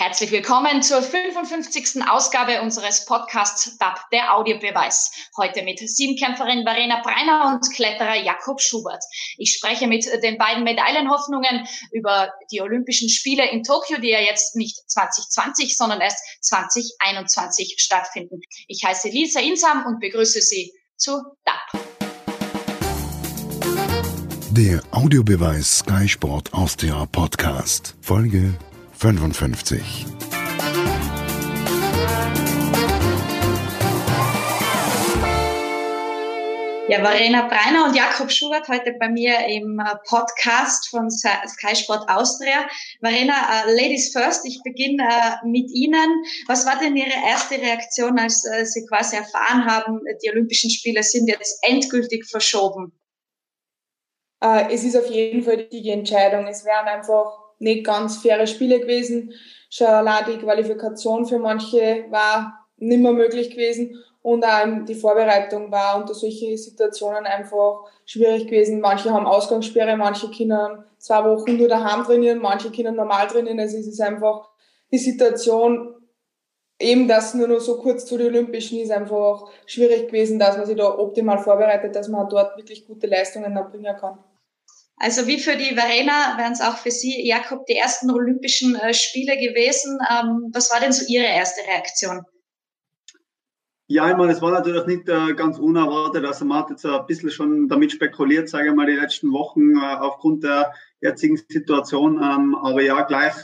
Herzlich willkommen zur 55. Ausgabe unseres Podcasts DAB, der Audiobeweis. Heute mit Siebenkämpferin Verena Breiner und Kletterer Jakob Schubert. Ich spreche mit den beiden Medaillenhoffnungen über die Olympischen Spiele in Tokio, die ja jetzt nicht 2020, sondern erst 2021 stattfinden. Ich heiße Lisa Insam und begrüße Sie zu DAB. Der Audiobeweis Sky Sport Austria Podcast, Folge 55. Ja, Verena Breiner und Jakob Schubert heute bei mir im Podcast von Sky Sport Austria. Verena, Ladies first, ich beginne mit Ihnen. Was war denn Ihre erste Reaktion, als Sie quasi erfahren haben, die Olympischen Spiele sind jetzt endgültig verschoben? Es ist auf jeden Fall die richtige Entscheidung. Es wären einfach nicht ganz faire Spiele gewesen. Schon allein die Qualifikation für manche war nicht mehr möglich gewesen und auch die Vorbereitung war unter solchen Situationen einfach schwierig gewesen. Manche haben Ausgangssperre, manche können 2 Wochen nur daheim trainieren, manche können normal trainieren. Also es ist einfach die Situation, eben dass nur noch so kurz zu den Olympischen ist, einfach schwierig gewesen, dass man sich da optimal vorbereitet, dass man dort wirklich gute Leistungen erbringen kann. Also wie für die Verena wären es auch für Sie, Jakob, die ersten Olympischen Spiele gewesen. Was war denn so Ihre erste Reaktion? Ja, ich meine, es war natürlich nicht ganz unerwartet. Also man hat jetzt ein bisschen schon damit spekuliert, sage ich mal, die letzten Wochen aufgrund der jetzigen Situation. Aber ja, gleich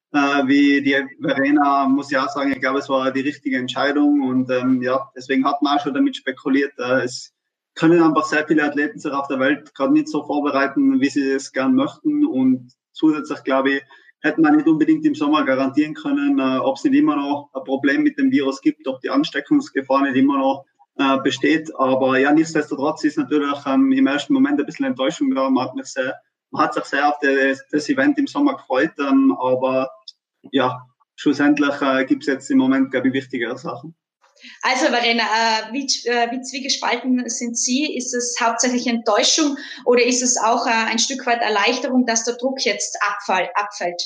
wie die Verena, muss ich auch sagen, ich glaube, es war die richtige Entscheidung. Und ja, deswegen hat man auch schon damit spekuliert. Es können einfach sehr viele Athleten sich auf der Welt gerade nicht so vorbereiten, wie sie es gern möchten. Und zusätzlich, glaube ich, hätte man nicht unbedingt im Sommer garantieren können, ob es nicht immer noch ein Problem mit dem Virus gibt, ob die Ansteckungsgefahr nicht immer noch besteht. Aber ja, nichtsdestotrotz ist natürlich im ersten Moment ein bisschen Enttäuschung da. Man hat sich sehr auf das Event im Sommer gefreut. Aber ja, schlussendlich gibt es jetzt im Moment, glaube ich, wichtigere Sachen. Also Verena, wie zwiegespalten sind Sie? Ist es hauptsächlich Enttäuschung oder ist es auch ein Stück weit Erleichterung, dass der Druck jetzt abfällt?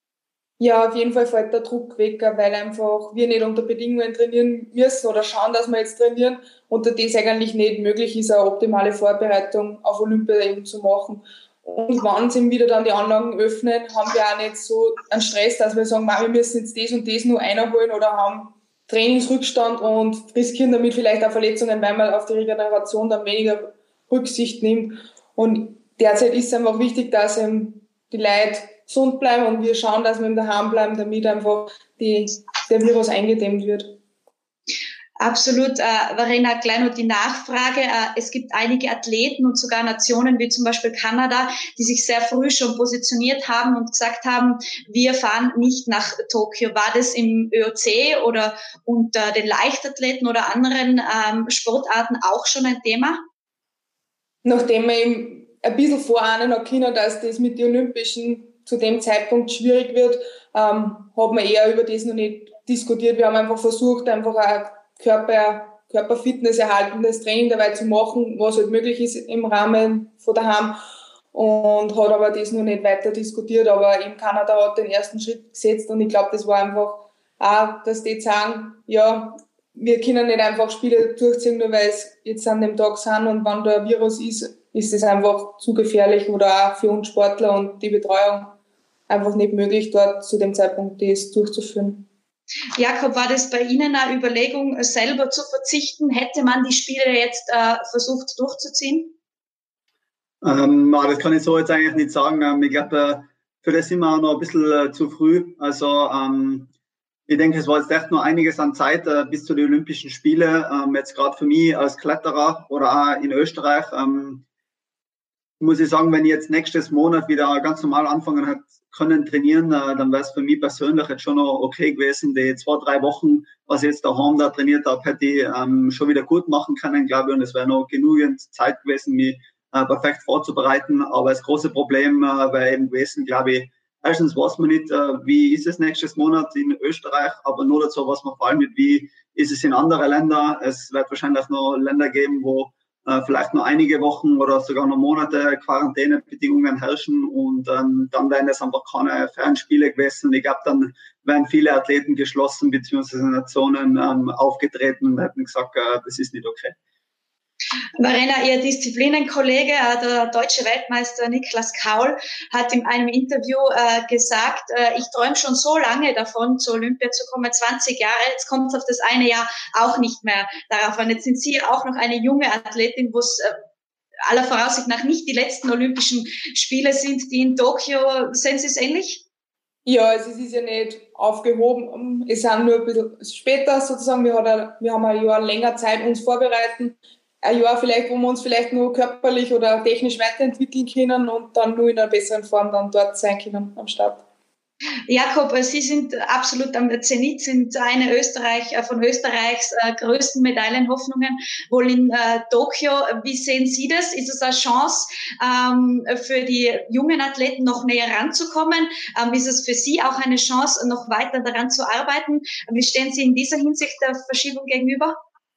Ja, auf jeden Fall fällt der Druck weg, weil einfach wir nicht unter Bedingungen trainieren müssen oder schauen, dass wir jetzt trainieren, unter das eigentlich nicht möglich ist, eine optimale Vorbereitung auf Olympia eben zu machen. Und wann sie wieder dann die Anlagen öffnen, haben wir auch nicht so einen Stress, dass wir sagen, wir müssen jetzt das und das nur einholen oder haben Trainingsrückstand und riskieren damit vielleicht auch Verletzungen, weil man auf die Regeneration dann weniger Rücksicht nimmt. Und derzeit ist es einfach wichtig, dass eben die Leute gesund bleiben und wir schauen, dass wir eben daheim bleiben, damit einfach der Virus eingedämmt wird. Absolut. Verena, gleich noch die Nachfrage. Es gibt einige Athleten und sogar Nationen wie zum Beispiel Kanada, die sich sehr früh schon positioniert haben und gesagt haben, wir fahren nicht nach Tokio. War das im ÖOC oder unter den Leichtathleten oder anderen Sportarten auch schon ein Thema? Nachdem wir eben ein bisschen vorahnen können, dass das mit den Olympischen zu dem Zeitpunkt schwierig wird, hat man eher über das noch nicht diskutiert. Wir haben einfach versucht, einfach ein Körperfitness erhaltendes Training dabei zu machen, was halt möglich ist im Rahmen von daheim, und hat aber das noch nicht weiter diskutiert. Aber in Kanada hat den ersten Schritt gesetzt und ich glaube, das war einfach auch, dass die sagen, ja, wir können nicht einfach Spiele durchziehen, nur weil es jetzt an dem Tag sind, und wenn da ein Virus ist es einfach zu gefährlich oder auch für uns Sportler und die Betreuung einfach nicht möglich, dort zu dem Zeitpunkt das durchzuführen. Jakob, war das bei Ihnen eine Überlegung, selber zu verzichten? Hätte man die Spiele jetzt versucht durchzuziehen? Das kann ich so jetzt eigentlich nicht sagen. Ich glaube, für das sind wir auch noch ein bisschen zu früh. Also ich denke, es war jetzt echt noch einiges an Zeit bis zu den Olympischen Spielen. Jetzt gerade für mich als Kletterer oder auch in Österreich muss ich sagen, wenn ich jetzt nächstes Monat wieder ganz normal anfangen hätte können trainieren, dann wäre es für mich persönlich jetzt schon noch okay gewesen. Die 2-3 Wochen, was ich jetzt daheim da trainiert habe, hätte ich schon wieder gut machen können, glaube ich. Und es wäre noch genügend Zeit gewesen, mich perfekt vorzubereiten. Aber das große Problem wäre eben gewesen, glaube ich, erstens weiß man nicht, wie ist es nächstes Monat in Österreich, aber nur dazu weiß man vor allem nicht, wie ist es in anderen Ländern. Es wird wahrscheinlich noch Länder geben, wo vielleicht noch einige Wochen oder sogar noch Monate Quarantänebedingungen herrschen und dann wären es einfach keine fairen Spiele gewesen. Ich glaube, dann wären viele Athleten geschlossen bzw. Nationen aufgetreten und hätten gesagt, das ist nicht okay. Verena, Ihr Disziplinenkollege, der deutsche Weltmeister Niklas Kaul, hat in einem Interview gesagt, ich träume schon so lange davon, zur Olympia zu kommen, 20 Jahre, jetzt kommt es auf das eine Jahr auch nicht mehr darauf an. Jetzt sind Sie auch noch eine junge Athletin, wo es aller Voraussicht nach nicht die letzten Olympischen Spiele sind, die in Tokio. Sehen Sie es ähnlich? Ja, also es ist ja nicht aufgehoben. Es sind nur ein bisschen später sozusagen. Wir haben ein Jahr länger Zeit, uns vorbereiten. Ein Jahr vielleicht, wo wir uns vielleicht nur körperlich oder technisch weiterentwickeln können und dann nur in einer besseren Form dann dort sein können am Start. Jakob, Sie sind absolut am Zenit, sind eine von Österreichs größten Medaillenhoffnungen, wohl in Tokio. Wie sehen Sie das? Ist es eine Chance für die jungen Athleten noch näher ranzukommen? Ist es für Sie auch eine Chance, noch weiter daran zu arbeiten? Wie stehen Sie in dieser Hinsicht der Verschiebung gegenüber?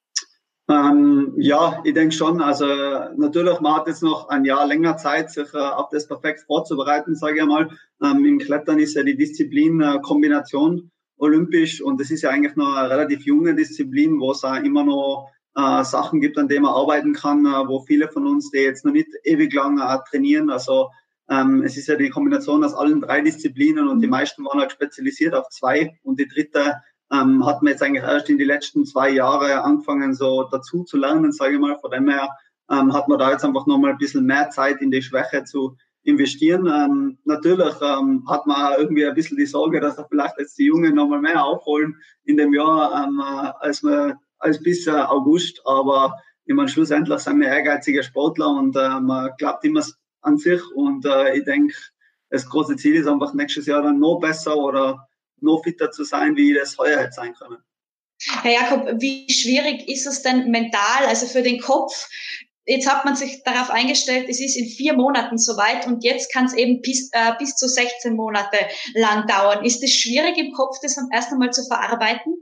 Ja, ich denke schon. Also natürlich, man hat jetzt noch ein Jahr länger Zeit, sich auf das perfekt vorzubereiten, sage ich einmal. Im Klettern ist ja die Disziplin Kombination olympisch und es ist ja eigentlich noch eine relativ junge Disziplin, wo es auch immer noch Sachen gibt, an denen man arbeiten kann, wo viele von uns, die jetzt noch nicht ewig lang trainieren. Also es ist ja die Kombination aus allen 3 Disziplinen und die meisten waren halt spezialisiert auf 2 und die dritte hat man jetzt eigentlich erst in die letzten 2 Jahre angefangen, so dazu zu lernen, sage ich mal. Von dem her hat man da jetzt einfach nochmal ein bisschen mehr Zeit in die Schwäche zu investieren. Natürlich hat man irgendwie ein bisschen die Sorge, dass da vielleicht jetzt die Jungen nochmal mehr aufholen in dem Jahr als bis August. Aber ich meine, schlussendlich sind wir ehrgeizige Sportler und man glaubt immer an sich. Und ich denke, das große Ziel ist einfach nächstes Jahr dann noch besser oder noch fitter zu sein, wie das heuer hätte sein können. Herr Jakob, wie schwierig ist es denn mental, also für den Kopf? Jetzt hat man sich darauf eingestellt, es ist in 4 Monaten soweit und jetzt kann es eben bis zu 16 Monate lang dauern. Ist es schwierig im Kopf, das erst einmal zu verarbeiten?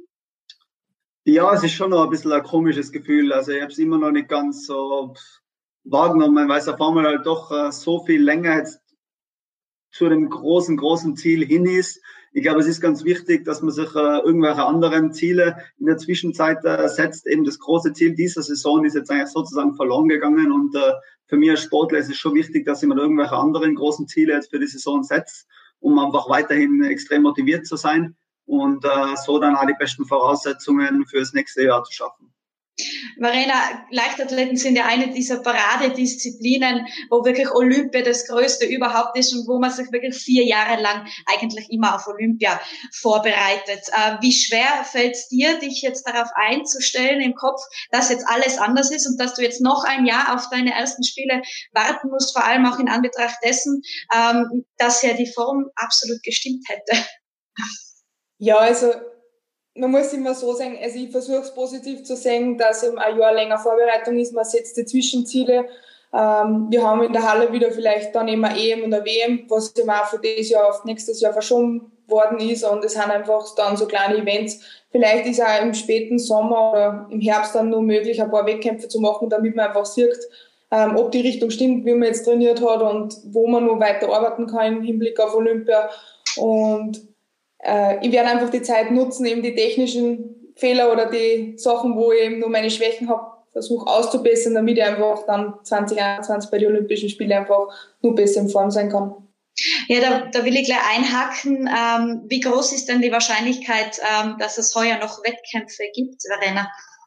Ja, es ist schon noch ein bisschen ein komisches Gefühl. Also ich habe es immer noch nicht ganz so wahrgenommen, weil es auf einmal halt doch so viel länger jetzt zu dem großen Ziel hin ist. Ich glaube, es ist ganz wichtig, dass man sich irgendwelche anderen Ziele in der Zwischenzeit setzt. Eben das große Ziel dieser Saison ist jetzt eigentlich sozusagen verloren gegangen. Und für mich als Sportler ist es schon wichtig, dass ich mir irgendwelche anderen großen Ziele jetzt für die Saison setze, um einfach weiterhin extrem motiviert zu sein und so dann auch die besten Voraussetzungen für das nächste Jahr zu schaffen. Verena, Leichtathleten sind ja eine dieser Paradedisziplinen, wo wirklich Olympia das Größte überhaupt ist und wo man sich wirklich 4 Jahre lang eigentlich immer auf Olympia vorbereitet. Wie schwer fällt es dir, dich jetzt darauf einzustellen im Kopf, dass jetzt alles anders ist und dass du jetzt noch ein Jahr auf deine ersten Spiele warten musst, vor allem auch in Anbetracht dessen, dass ja die Form absolut gestimmt hätte? Ja, also man muss immer so sagen, also ich versuche es positiv zu sehen, dass eben ein Jahr länger Vorbereitung ist, man setzt die Zwischenziele. Wir haben in der Halle wieder vielleicht dann immer EM und eine WM, was eben auch für dieses Jahr auf nächstes Jahr verschoben worden ist und es sind einfach dann so kleine Events. Vielleicht ist auch im späten Sommer oder im Herbst dann nur möglich, ein paar Wettkämpfe zu machen, damit man einfach sieht, ob die Richtung stimmt, wie man jetzt trainiert hat und wo man noch weiter arbeiten kann im Hinblick auf Olympia. Und ich werde einfach die Zeit nutzen, eben die technischen Fehler oder die Sachen, wo ich eben nur meine Schwächen habe, versuche auszubessern, damit ich einfach dann 2021 bei den Olympischen Spielen einfach nur besser in Form sein kann. Ja, da will ich gleich einhaken. Wie groß ist denn die Wahrscheinlichkeit, dass es heuer noch Wettkämpfe gibt, Verena?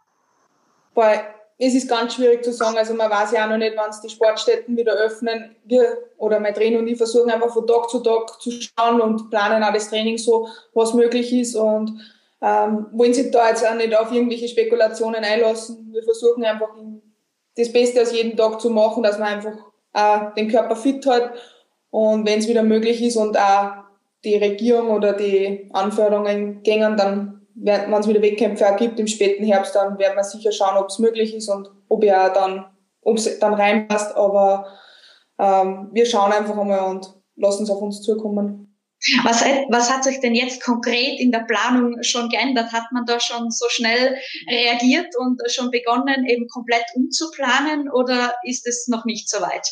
Es ist ganz schwierig zu sagen, also man weiß ja auch noch nicht, wann es die Sportstätten wieder öffnen. Wir oder mein Trainer und ich versuchen einfach von Tag zu Tag zu schauen und planen auch das Training so, was möglich ist und wollen sich da jetzt auch nicht auf irgendwelche Spekulationen einlassen. Wir versuchen einfach das Beste aus jedem Tag zu machen, dass man einfach den Körper fit hält und wenn es wieder möglich ist und auch die Regierung oder die Anforderungen gängen, dann wenn es wieder Wettkämpfe auch gibt im späten Herbst, dann werden wir sicher schauen, ob es möglich ist und ob es dann reinpasst. Aber wir schauen einfach einmal und lassen es auf uns zukommen. Was hat sich denn jetzt konkret in der Planung schon geändert? Hat man da schon so schnell reagiert und schon begonnen, eben komplett umzuplanen, oder ist es noch nicht so weit?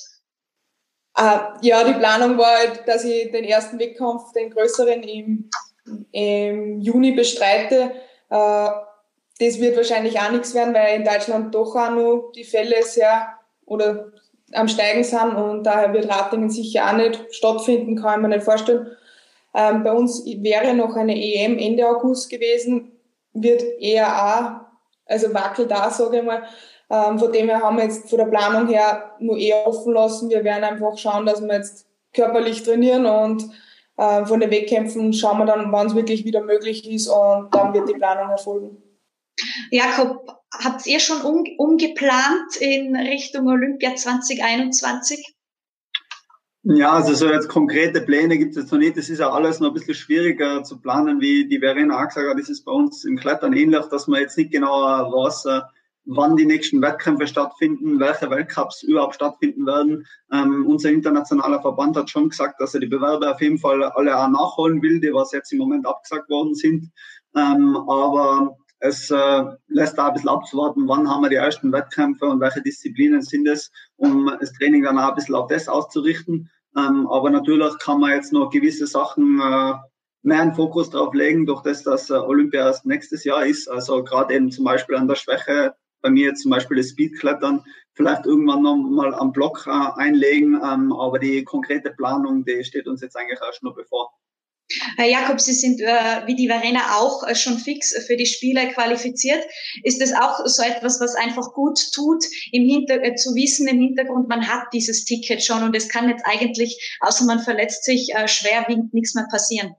Ja, die Planung war halt, dass ich den ersten Wettkampf, den größeren, im Juni bestreite. Das wird wahrscheinlich auch nichts werden, weil in Deutschland doch auch noch die Fälle sehr oder am Steigen sind und daher wird Ratingen sicher auch nicht stattfinden, kann ich mir nicht vorstellen. Bei uns wäre noch eine EM Ende August gewesen, wird eher auch, also wackelt auch, sage ich mal. Von dem her haben wir jetzt von der Planung her nur eher offen lassen. Wir werden einfach schauen, dass wir jetzt körperlich trainieren und von den Wettkämpfen schauen wir dann, wann es wirklich wieder möglich ist und dann wird die Planung erfolgen. Jakob, habt ihr schon umgeplant in Richtung Olympia 2021? Ja, also so jetzt konkrete Pläne gibt es jetzt noch nicht. Das ist ja alles noch ein bisschen schwieriger zu planen, wie die Verena auch gesagt hat. Das ist bei uns im Klettern ähnlich, dass man jetzt nicht genau weiß, wann die nächsten Wettkämpfe stattfinden, welche Weltcups überhaupt stattfinden werden. Unser internationaler Verband hat schon gesagt, dass er die Bewerber auf jeden Fall alle auch nachholen will, die was jetzt im Moment abgesagt worden sind. Aber es lässt da ein bisschen abzuwarten, wann haben wir die ersten Wettkämpfe und welche Disziplinen sind es, um das Training dann auch ein bisschen auf das auszurichten. Aber natürlich kann man jetzt noch gewisse Sachen mehr einen Fokus drauf legen, durch das, dass Olympia erst nächstes Jahr ist. Also gerade eben zum Beispiel an der Schwäche, bei mir jetzt zum Beispiel das Speedklettern, vielleicht irgendwann noch mal am Block einlegen. Aber die konkrete Planung, die steht uns jetzt eigentlich erst noch bevor. Herr Jakob, Sie sind wie die Verena auch schon fix für die Spiele qualifiziert. Ist das auch so etwas, was einfach gut tut, zu wissen im Hintergrund, man hat dieses Ticket schon und es kann jetzt eigentlich, außer man verletzt sich, schwerwiegend nichts mehr passieren?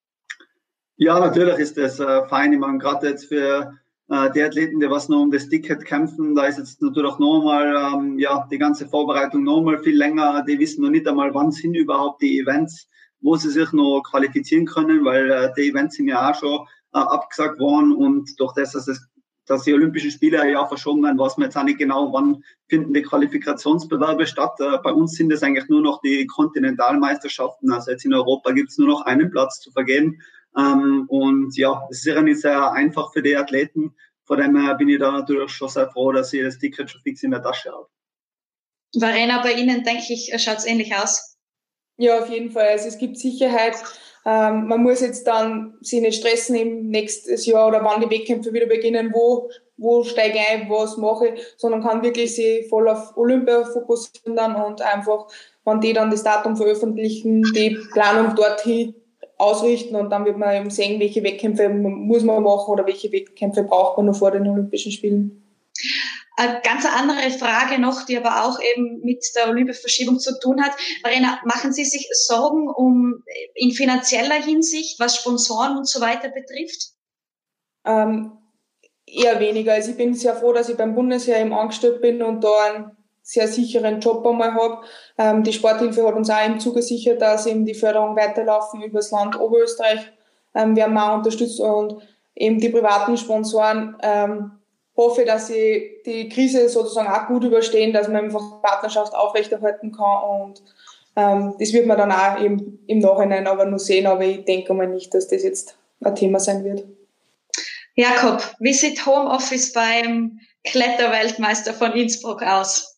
Ja, natürlich ist das fein. Ich meine, gerade jetzt für die Athleten, die was noch um das Ticket kämpfen, da ist jetzt natürlich nochmal die ganze Vorbereitung nochmal viel länger. Die wissen noch nicht einmal, wann sind überhaupt die Events, wo sie sich noch qualifizieren können, weil die Events sind ja auch schon abgesagt worden und durch das, dass die Olympischen Spiele ja verschoben werden, weiß man jetzt auch nicht genau, wann finden die Qualifikationsbewerbe statt. Bei uns sind es eigentlich nur noch die Kontinentalmeisterschaften, also jetzt in Europa gibt es nur noch einen Platz zu vergeben. Und ja, es ist sicher nicht sehr einfach für die Athleten, von dem her bin ich da natürlich schon sehr froh, dass ich das Ticket schon fix in der Tasche habe. Verena, bei Ihnen, denke ich, schaut es ähnlich aus. Ja, auf jeden Fall. Also es gibt Sicherheit. Man muss jetzt dann sich nicht stressen im nächstes Jahr oder wann die Wettkämpfe wieder beginnen, wo steige ich ein, was mache ich, sondern kann wirklich sich voll auf Olympia fokussieren dann und einfach, wenn die dann das Datum veröffentlichen, die Planung dorthin ausrichten und dann wird man eben sehen, welche Wettkämpfe muss man machen oder welche Wettkämpfe braucht man noch vor den Olympischen Spielen. Eine ganz andere Frage noch, die aber auch eben mit der Olympiaverschiebung zu tun hat. Verena, machen Sie sich Sorgen in finanzieller Hinsicht, was Sponsoren und so weiter betrifft? Eher weniger. Also ich bin sehr froh, dass ich beim Bundesheer eben angestellt bin und da einen sehr sicheren Job einmal habe. Die Sporthilfe hat uns auch eben zugesichert, dass eben die Förderung weiterlaufen über das Land Oberösterreich. Wir haben auch unterstützt und eben die privaten Sponsoren hoffe, dass sie die Krise sozusagen auch gut überstehen, dass man einfach Partnerschaft aufrechterhalten kann und das wird man dann auch eben im Nachhinein aber nur sehen, aber ich denke mal nicht, dass das jetzt ein Thema sein wird. Jakob, wie sieht Homeoffice beim Kletterweltmeister von Innsbruck aus?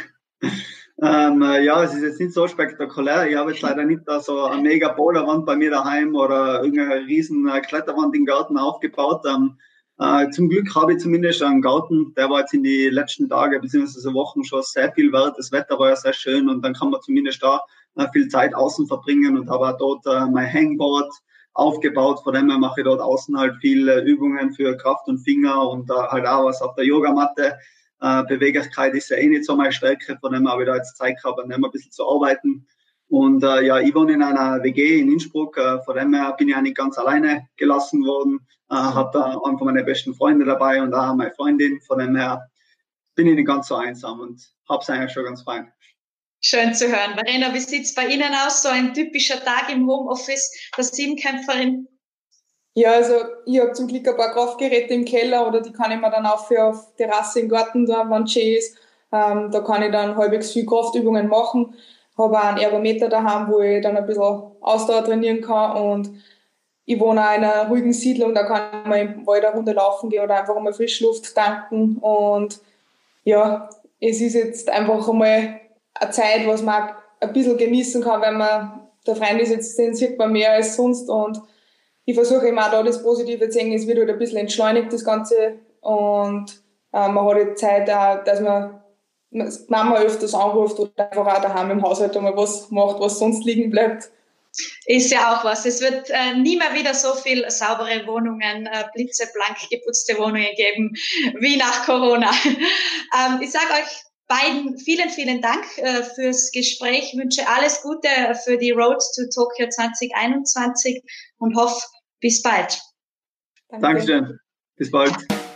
Ja, es ist jetzt nicht so spektakulär. Ich habe jetzt leider nicht da so eine mega Boulderwand bei mir daheim oder irgendeine riesen Kletterwand im Garten aufgebaut. Zum Glück habe ich zumindest einen Garten, der war jetzt in die letzten Tage bzw. Wochen schon sehr viel wert. Das Wetter war ja sehr schön und dann kann man zumindest da viel Zeit außen verbringen und habe auch dort mein Hangboard aufgebaut. Von dem her mache ich dort außen halt viele Übungen für Kraft und Finger und halt auch was auf der Yogamatte. Beweglichkeit ist ja eh nicht so meine Stärke, von dem her habe ich da jetzt Zeit gehabt, an dem ein bisschen zu arbeiten. Und ich wohne in einer WG in Innsbruck, von dem her bin ich eigentlich ganz alleine gelassen worden. Habe da einfach meine besten Freunde dabei und auch meine Freundin. Von dem her bin ich nicht ganz so einsam und habe es eigentlich schon ganz fein. Schön zu hören. Verena, wie sieht's bei Ihnen aus? So ein typischer Tag im Homeoffice der Siebenkämpferin? Ja, also ich habe zum Glück ein paar Kraftgeräte im Keller oder die kann ich mir dann auch für auf Terrasse im Garten da, wenn es schön ist. Da kann ich dann halbwegs viel Kraftübungen machen. habe auch einen Ergometer daheim, wo ich dann ein bisschen Ausdauer trainieren kann, und ich wohne auch in einer ruhigen Siedlung, da kann man im Wald eine Runde laufen gehen oder einfach einmal Frischluft tanken. Und ja, es ist jetzt einfach einmal eine Zeit, was man ein bisschen genießen kann, weil der Freund ist jetzt, den sieht man mehr als sonst, und ich versuche immer auch da das Positive zu sehen, es wird halt ein bisschen entschleunigt, das Ganze, und man hat die Zeit auch, dass man Mama öfters anruft oder einfach auch daheim im Haushalt einmal was macht, was sonst liegen bleibt. Ist ja auch was. Es wird nie mehr wieder so viel saubere Wohnungen, blitzeblank geputzte Wohnungen geben wie nach Corona. Ich sage euch beiden vielen, vielen Dank fürs Gespräch. Ich wünsche alles Gute für die Road to Tokyo 2021 und hoffe, bis bald. Dankeschön. Bis bald.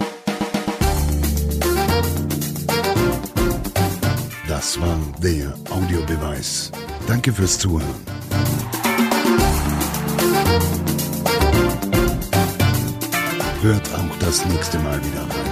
Das war der Audiobeweis. Danke fürs Zuhören. Hört auch das nächste Mal wieder rein.